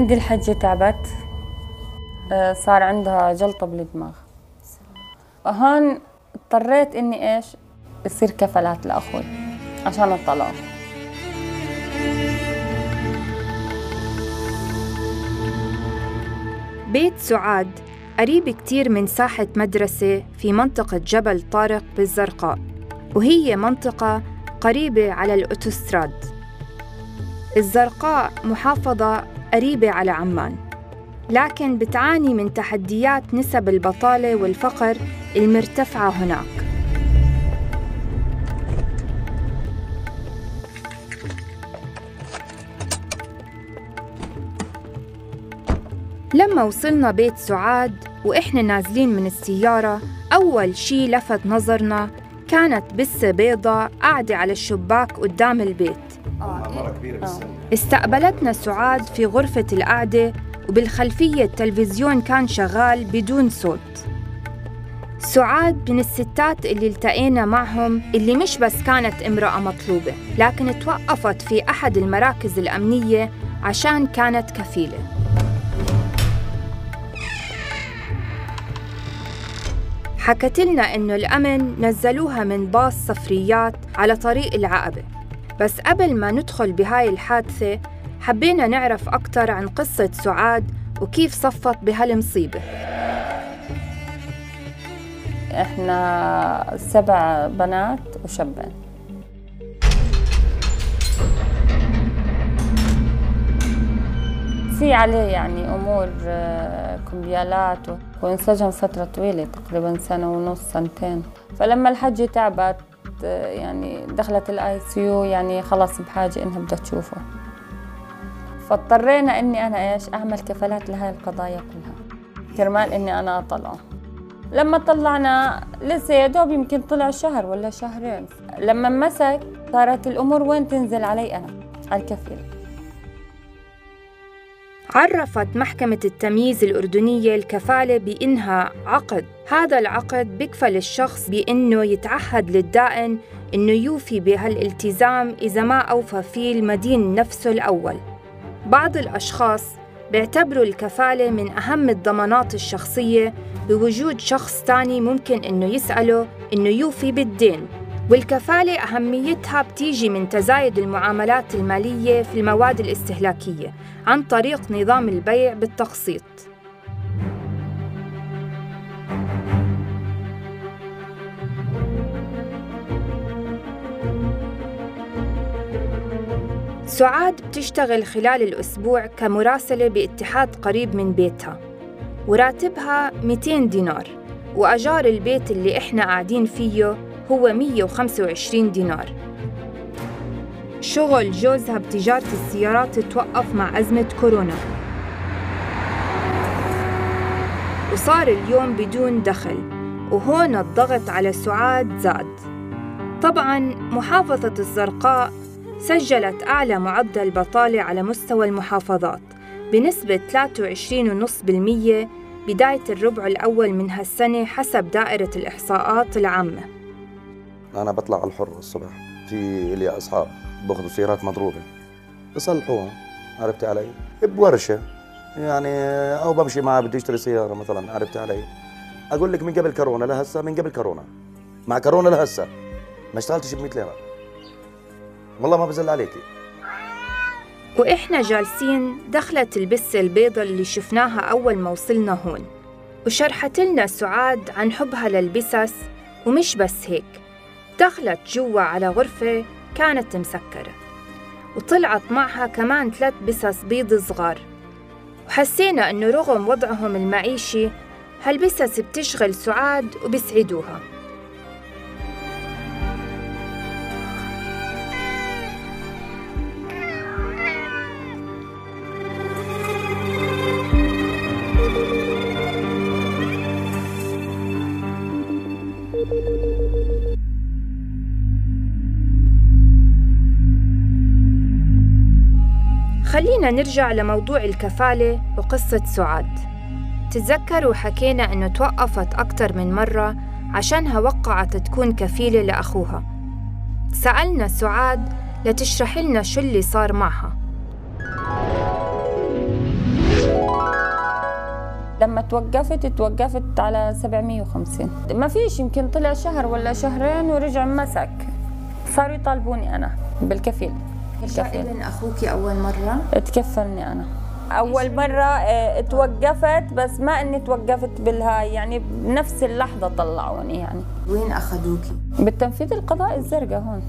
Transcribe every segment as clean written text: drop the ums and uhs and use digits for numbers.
عندي الحجة تعبت، صار عندها جلطة بالدماغ. هون اضطريت إني إيش يصير كفالات لأخوي عشان الطلاق. بيت سعاد قريب كتير من ساحة مدرسة في منطقة جبل طارق بالزرقاء، وهي منطقة قريبة على الأوتوستراد. الزرقاء محافظة قريبة على عمان، لكن بتعاني من تحديات نسب البطالة والفقر المرتفعة هناك. لما وصلنا بيت سعاد وإحنا نازلين من السيارة، أول شي لفت نظرنا كانت بسة بيضة قاعدة على الشباك قدام البيت. استقبلتنا سعاد في غرفة القعدة، وبالخلفية التلفزيون كان شغال بدون صوت. سعاد من الستات اللي التقينا معهم اللي مش بس كانت امرأة مطلوبة، لكن توقفت في أحد المراكز الأمنية عشان كانت كفيلة. حكت لنا إنه الأمن نزلوها من باص صفريات على طريق العقبة. بس قبل ما ندخل بهاي الحادثة حبينا نعرف أكتر عن قصة سعاد وكيف صفت بهالمصيبة. إحنا 7 بنات وشابين. في عليه يعني أمور كمبيالات، وانسجن فترة طويلة تقريباً 1.5 سنة 2 فلما الحجة تعبت يعني دخلت الICU، يعني خلاص بحاجة إنها بدها تشوفه، فاضطرينا إني أنا إيش أعمل كفالات لهاي القضايا كلها كرمال إني أنا أطلعه. لما طلعنا لسه يا دوب يمكن طلع شهر ولا شهرين، لما مسك صارت الأمور وين تنزل علي أنا على الكفيل. عرفت محكمة التمييز الأردنية الكفالة بإنها عقد. هذا العقد بيكفل الشخص بإنه يتعهد للدائن إنه يوفي بهالالتزام إذا ما أوفى فيه المدين نفسه الأول. بعض الأشخاص بيعتبروا الكفالة من أهم الضمانات الشخصية بوجود شخص تاني ممكن إنه يسأله إنه يوفي بالدين. والكفالة أهميتها بتيجي من تزايد المعاملات المالية في المواد الاستهلاكية عن طريق نظام البيع بالتقسيط. سعاد بتشتغل خلال الأسبوع كمراسلة باتحاد قريب من بيتها، وراتبها 200 دينار، وأجار البيت اللي إحنا قاعدين فيه هو 125 دينار. شغل جوزها بتجارة السيارات توقف مع أزمة كورونا، وصار اليوم بدون دخل، وهون الضغط على سعاد زاد. طبعاً محافظة الزرقاء سجلت أعلى معدل بطالة على مستوى المحافظات بنسبة 23.5% بداية الربع الأول من هالسنة حسب دائرة الإحصاءات العامة. أنا بطلع على الحر الصبح، في لي أصحاب باخذوا سيارات مضروبة بصلحوها، عرفتي علي؟ بورشة يعني، أو بمشي معاه بدي أشتري سيارة مثلاً، عرفتي علي؟ أقول لك من قبل كورونا لهسه، من قبل كورونا مع كورونا لهسه ما اشتغلتش ب100 ليرة، والله ما بزل عليكي. وإحنا جالسين دخلت البسة البيضة اللي شفناها أول ما وصلنا هون، وشرحت لنا سعاد عن حبها للبسس، ومش بس هيك، دخلت جوا على غرفة كانت مسكرة، وطلعت معها كمان 3 بسس بيض صغار، وحسينا إنه رغم وضعهم المعيشي هالبسس بتشغل سعاد وبسعدوها. خلينا نرجع لموضوع الكفالة وقصة سعاد. تتذكروا حكينا إنه توقفت أكتر من مرة عشانها وقعت تكون كفيلة لأخوها. سألنا سعاد لتشرح لنا شو اللي صار معها. لما توقفت على 750. ما فيش، يمكن طلع شهر ولا شهرين ورجع مسك، صاروا يطالبوني أنا بالكفيل. إذن أخوك أول مرة تكفلني أنا أول مرة، توقفت، بس ما إني توقفت بالهاي، يعني بنفس اللحظة طلعوني. يعني وين أخذوكي؟ بالتنفيذ القضائي الزرقاء هون.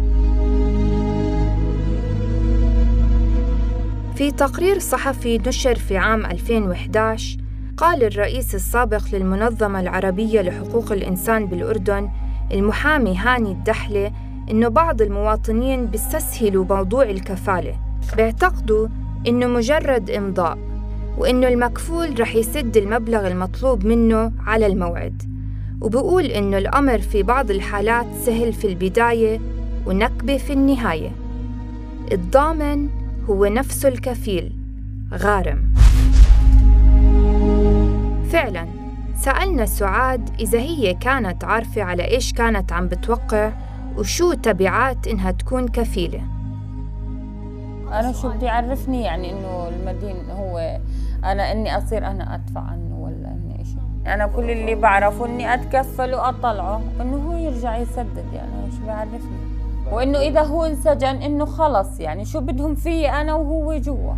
في تقرير صحفي نشر في عام 2011 قال الرئيس السابق للمنظمة العربية لحقوق الإنسان بالأردن المحامي هاني الدحلة إنه بعض المواطنين بيستسهلوا موضوع الكفالة، بيعتقدوا إنه مجرد إمضاء، وإنه المكفول رح يسد المبلغ المطلوب منه على الموعد، وبقول إنه الأمر في بعض الحالات سهل في البداية ونكبة في النهاية. الضامن هو نفسه الكفيل، غارم. فعلاً سألنا سعاد إذا هي كانت عارفة على إيش كانت عم بتوقع وشو تبعات إنها تكون كفيلة. أنا شو بدي يعرفني يعني إنه المدين هو أنا إني أصير أنا أدفع عنه ولا إني إشي؟ أنا كل اللي بعرفه إني أتكفل وأطلعه إنه هو يرجع يسدد، يعني شو بيعرفني؟ وإنه إذا هو انسجن إنه خلص، يعني شو بدهم فيي أنا وهو جوا.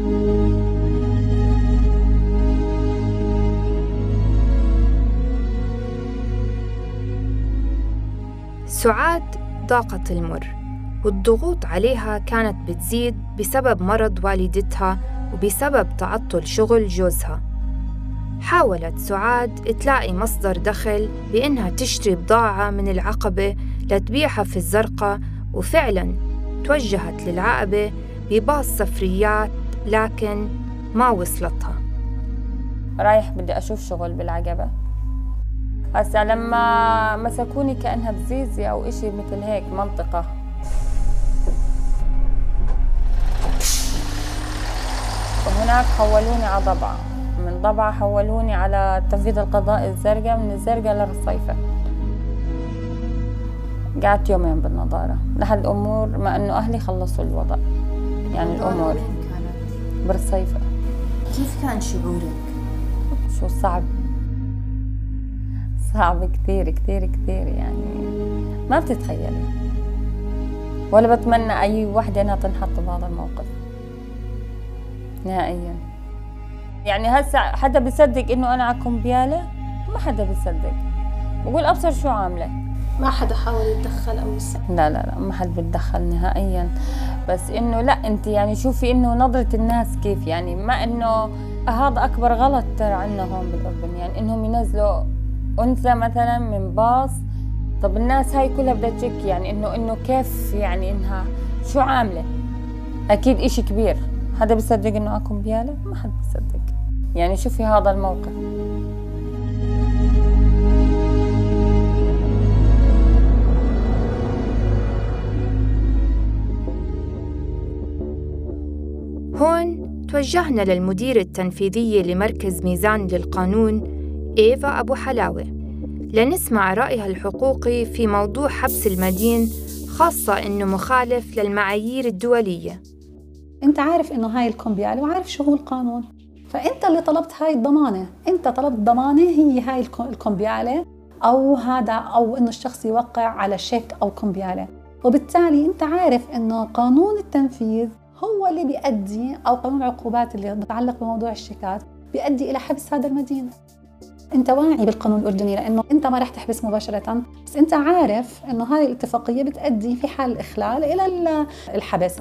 سعاد ضاقت المر، والضغوط عليها كانت بتزيد بسبب مرض والدتها وبسبب تعطل شغل جوزها. حاولت سعاد تلاقي مصدر دخل بإنها تشتري بضاعة من العقبة لتبيعها في الزرقاء، وفعلاً توجهت للعقبة بباص سفريات، لكن ما وصلتها. رايح بدي أشوف شغل بالعقبة. هسا لما مسكوني كأنها بزيزي أو إشي مثل هيك منطقة، وهناك حولوني على ضبعة، من ضبعة حولوني على تنفيذ القضاء الزرقاء، من الزرقاء للرصيفة. قعدت يومين بالنظارة لحد الأمور ما إنه أهلي خلصوا الوضع، يعني الأمور بالرصيفة. كيف كان شعورك؟ شو صعب كثير كثير كثير، يعني ما بتتخيلي، ولا بتمنى أي وحدة إنها تنحط بهذا الموقف نهائياً. يعني هسا حدا بيصدق إنه أنا على كمبيالة؟ ما حدا بيصدق، بقول أبصر شو عاملة. ما حدا حاول يتدخل أو يساعد؟ لا ما حدا بيتدخل نهائياً، بس إنه لا أنت يعني شوفي إنه نظرة الناس كيف، يعني ما إنه هذا أكبر غلط ترى عنا هون بالأردن، يعني إنهم ينزلوا أنثى مثلاً من باص. طب الناس هاي كلها بدها تشك، يعني إنه كيف، يعني إنها شو عاملة؟ أكيد إشي كبير. حدا بيصدق إنه على كمبيالة؟ ما حدا بيصدق. يعني شوفي هذا الموقف. هون توجهنا للمديرة التنفيذية لمركز ميزان للقانون إيفا أبو حلاوة لنسمع رأيها الحقوقي في موضوع حبس المدين، خاصة إنه مخالف للمعايير الدولية. أنت عارف إنه هاي الكمبيالة وعارف شو هو القانون، فأنت اللي طلبت هاي الضمانة، أنت طلبت ضمانة هي هاي الكمبيالة أو هذا، أو إنه الشخص يوقع على شيك أو كمبيالة، وبالتالي أنت عارف إنه قانون التنفيذ هو اللي بيؤدي، أو قانون العقوبات اللي بتعلق بموضوع الشيكات بيؤدي إلى حبس هذا المدين. أنت واعي بالقانون الأردني لأنه أنت ما رح تحبس مباشرة، بس أنت عارف إنه هذه الاتفاقية بتؤدي في حال الإخلال إلى الحبس.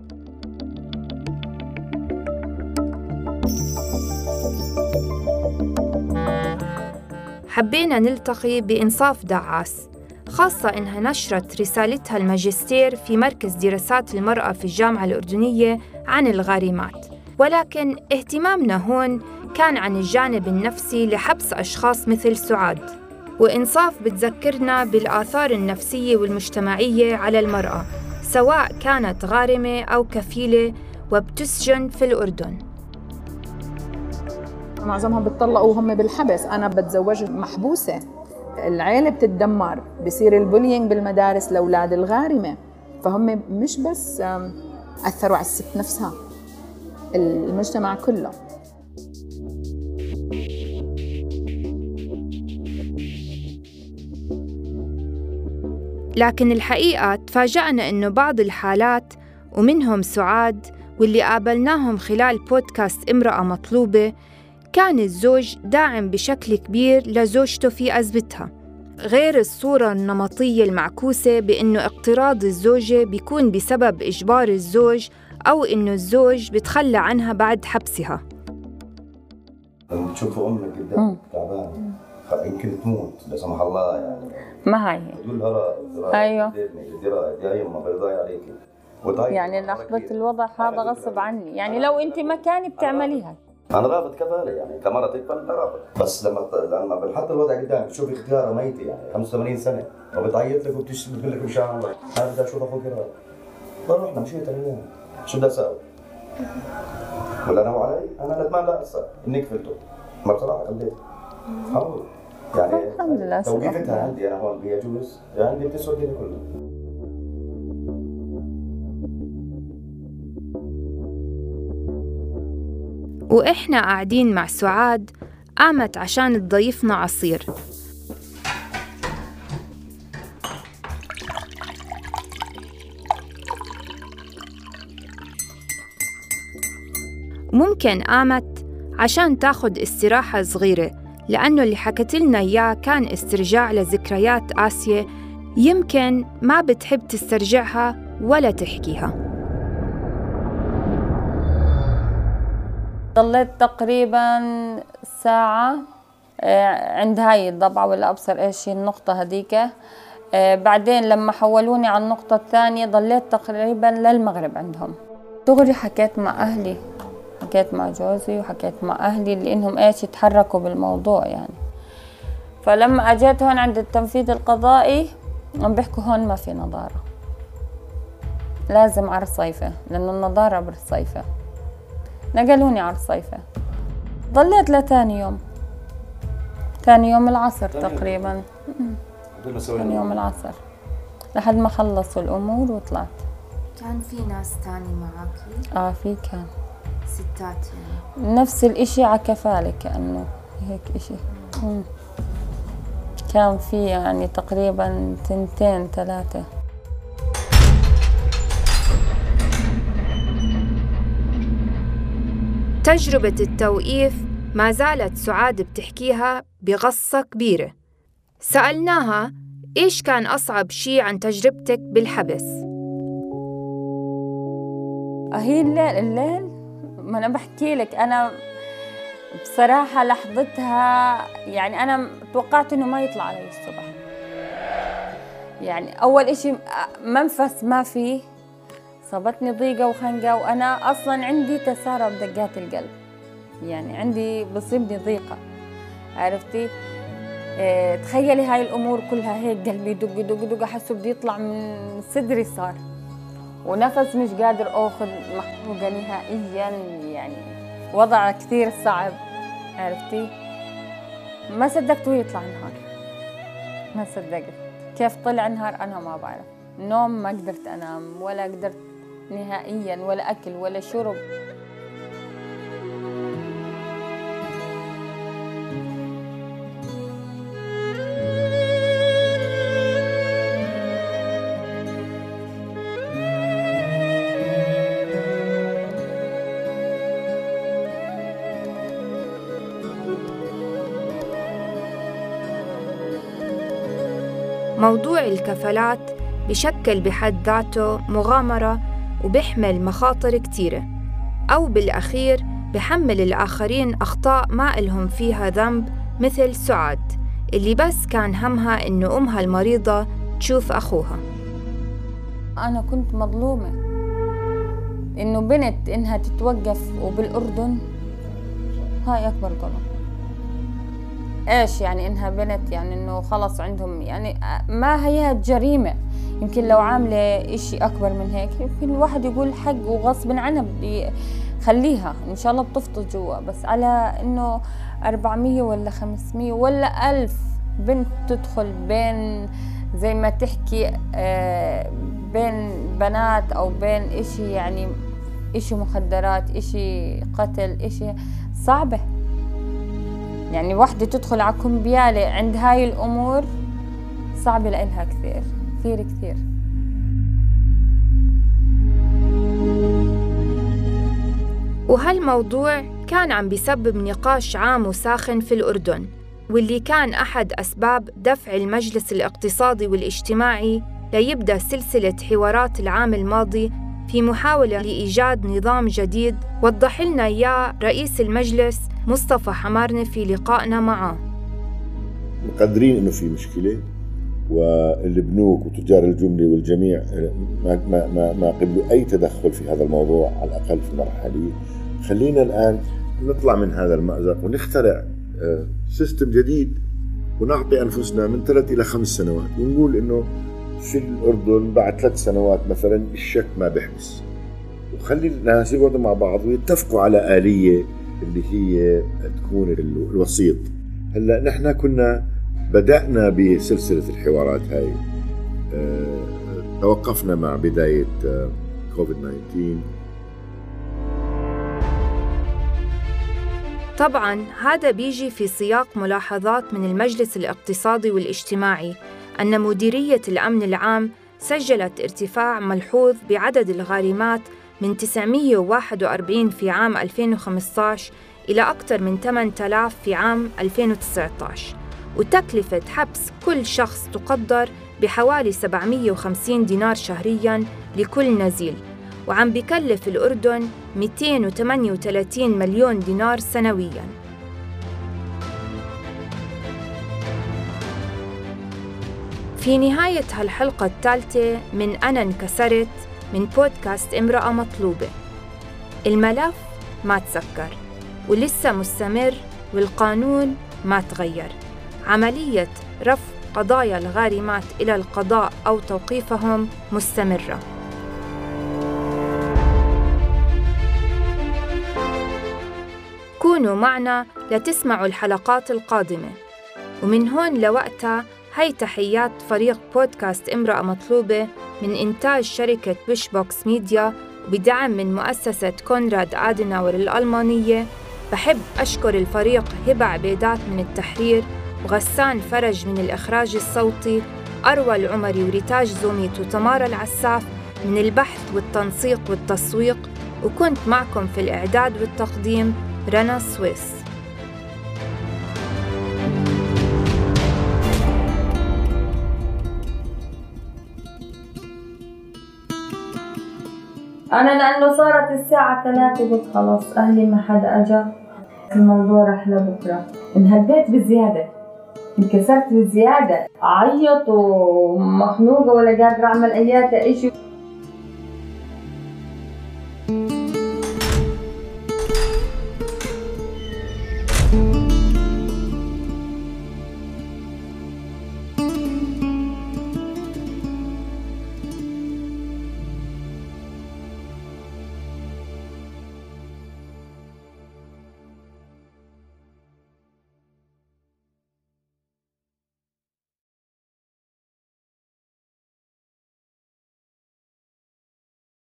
حبينا نلتقي بإنصاف دعاس، خاصة إنها نشرت رسالتها الماجستير في مركز دراسات المرأة في الجامعة الأردنية عن الغارمات، ولكن اهتمامنا هون كان عن الجانب النفسي لحبس أشخاص مثل سعاد. وإنصاف بتذكرنا بالآثار النفسية والمجتمعية على المرأة سواء كانت غارمة أو كفيلة وبتسجن في الأردن. معظمهم بتطلقوا وهم بالحبس. أنا بتزوج محبوسة، العيلة بتتدمر، بصير البولينج بالمدارس لأولاد الغارمة، فهم مش بس أثروا على الست نفسها، المجتمع كله. لكن الحقيقة تفاجأنا إنه بعض الحالات ومنهم سعاد واللي قابلناهم خلال بودكاست امرأة مطلوبة كان الزوج داعم بشكل كبير لزوجته في أزمتها، غير الصورة النمطية المعكوسة بإنه اقتراض الزوجة بيكون بسبب إجبار الزوج أو إنه الزوج بتخلى عنها بعد حبسها. لما بتشوف أمك قدامك تعبانة يمكن تموت لا سمح الله يعني ما هي تقول لها أيوه يا يما برضاي عليكي يعني لحظة الوضع هذا غصب عني، يعني لو أنت مكاني بتعمليها. أنا رافض كفالة يعني كمرتك فأنت رافض، بس لما بنحط الوضع قدامك تشوفي اختيارها ميتة يعني 85 سنة وبتعيط لك وبتقول لك مشان الله أنا بدي أشوف أخوك راضي. رحنا مشيت اليوم شو بدي أساوي؟ ولا أنا وعلي أنا ندمان لا أسا إني كفلته، ما بصراحة خليت حاول يعني الحمد لله توقيفتها عندي أنا هون بيجوز يعني عندي بتسوى الدنيا كلها. وإحنا قاعدين مع سعاد قامت عشان تضيفنا عصير. ممكن قامت عشان تاخد استراحة صغيرة لأنه اللي حكت لنا إياه كان استرجاع لذكريات آسيا يمكن ما بتحب تسترجعها ولا تحكيها. ضليت تقريبا ساعة عند هاي الضبعة ولا أبصر إيش النقطة هديك. بعدين لما حولوني على النقطة الثانية ضليت تقريبا للمغرب عندهم. دغري حكيت مع أهلي، حكيت مع جوزي وحكيت مع أهلي لأنهم إيش يتحركوا بالموضوع يعني. فلما أجيت هون عند التنفيذ القضائي عم بيحكوا هون ما في نظارة، لازم على الصيفة لأنه النظارة بالصيفة. نقلوني على الصيفة، ضليت لثاني يوم، ثاني يوم العصر تقريبا، ثاني يوم العصر لحد ما خلصوا الأمور وطلعت. كان في ناس تاني معاكي؟ في كان ستات يعني نفس الاشي على كفالة كأنه هيك اشي. كان في يعني تقريبا 2 3. تجربة التوقيف ما زالت سعاد بتحكيها بغصة كبيرة. سألناها إيش كان أصعب شي عن تجربتك بالحبس؟ هي الليل ما أنا بحكي لك، أنا بصراحة لحظتها يعني أنا توقعت إنه ما يطلع علي الصبح. يعني أول إشي منفس ما فيه، صابتني ضيقة وخنقة، وأنا أصلاً عندي تسارع بدقات القلب، يعني عندي بصيبني ضيقة، عرفتي؟ تخيلي هاي الأمور كلها هيك قلبي دق دق دق، أحسه بده يطلع من صدري صار، ونفس مش قادر أخذ، محروقة نهائياً، يعني وضع كثير صعب، عرفتي؟ ما صدقت يطلع نهار، ما صدقت. كيف طلع نهار أنا ما بعرف. نوم ما قدرت أنام ولا قدرت نهائياً، ولا أكل ولا شرب. موضوع الكفالات بشكل بحد ذاته مغامرة وبيحمل مخاطر كتيرة، أو بالأخير بحمل الآخرين أخطاء ما إلهم فيها ذنب، مثل سعاد اللي بس كان همها إنه أمها المريضة تشوف أخوها. أنا كنت مظلومة إنه بنت إنها تتوقف وبالأردن، هاي أكبر ظلم. إيش يعني إنها بنت، يعني إنه خلص عندهم، يعني ما هي جريمة. يمكن لو عاملة إشي أكبر من هيك يمكن الواحد يقول حق وغصب عنها بدي خليها إن شاء الله بتفضل جوا، بس على إنه 400 ولا 500 ولا 1000 بنت تدخل بين زي ما تحكي بين بنات أو بين إشي، يعني إشي مخدرات، إشي قتل، إشي صعبة. يعني وحدة تدخل على كمبيالة عند هاي الأمور صعبة لإلها كثير. كثير كثير. وهالموضوع كان عم بيسبب نقاش عام وساخن في الأردن، واللي كان أحد أسباب دفع المجلس الاقتصادي والاجتماعي ليبدأ سلسلة حوارات العام الماضي في محاولة لإيجاد نظام جديد وضح لنا إياه رئيس المجلس مصطفى حمارنة في لقائنا معه. مقدرين إنه في مشكلة، والبنوك وتجار الجملة والجميع ما قبلوا أي تدخل في هذا الموضوع على الأقل في المرحلة. خلينا الآن نطلع من هذا المأزق ونخترع سيستم جديد ونعطي أنفسنا من 3 إلى 5 سنوات، ونقول إنه في الأردن بعد 3 سنوات مثلا الشك ما بيحبس، وخلي الناس يقعدوا مع بعض ويتفقوا على آلية اللي هي تكون الوسيط. هلا نحن كنا بدأنا بسلسلة الحوارات هاي، توقفنا مع بداية كوفيد-19. طبعاً هذا بيجي في سياق ملاحظات من المجلس الاقتصادي والاجتماعي أن مديرية الأمن العام سجلت ارتفاع ملحوظ بعدد الغارمات من 941 في عام 2015 إلى أكثر من 8000 في عام 2019، وتكلفة حبس كل شخص تقدر بحوالي 750 دينار شهرياً لكل نزيل، وعم بكلف الأردن 238 مليون دينار سنوياً. في نهاية هالحلقة الثالثة من أنا انكسرت من بودكاست امرأة مطلوبة، الملف ما تسكر ولسه مستمر، والقانون ما تغير. عملية رفع قضايا الغارمات إلى القضاء أو توقيفهم مستمرة. كونوا معنا لتسمعوا الحلقات القادمة، ومن هون لوقتها هاي تحيات فريق بودكاست امرأة مطلوبة من إنتاج شركة ويش بوكس ميديا وبدعم من مؤسسة كونراد آدناور الألمانية. بحب أشكر الفريق هبة عبيدات من التحرير، وغسان فرج من الإخراج الصوتي، أروى العمري وريتاج زوميت وتمارا العساف من البحث والتنسيق والتسويق، وكنت معكم في الإعداد والتقديم رنا سويس. أنا لأنه صارت الساعة 3 قلت خلاص أهلي ما حدا أجا، الموضوع رح لبكرة. انهديت بزيادة، انكسرت بزيادة، عيط ومخنوقة ولا قادرة أعمل أي شيء.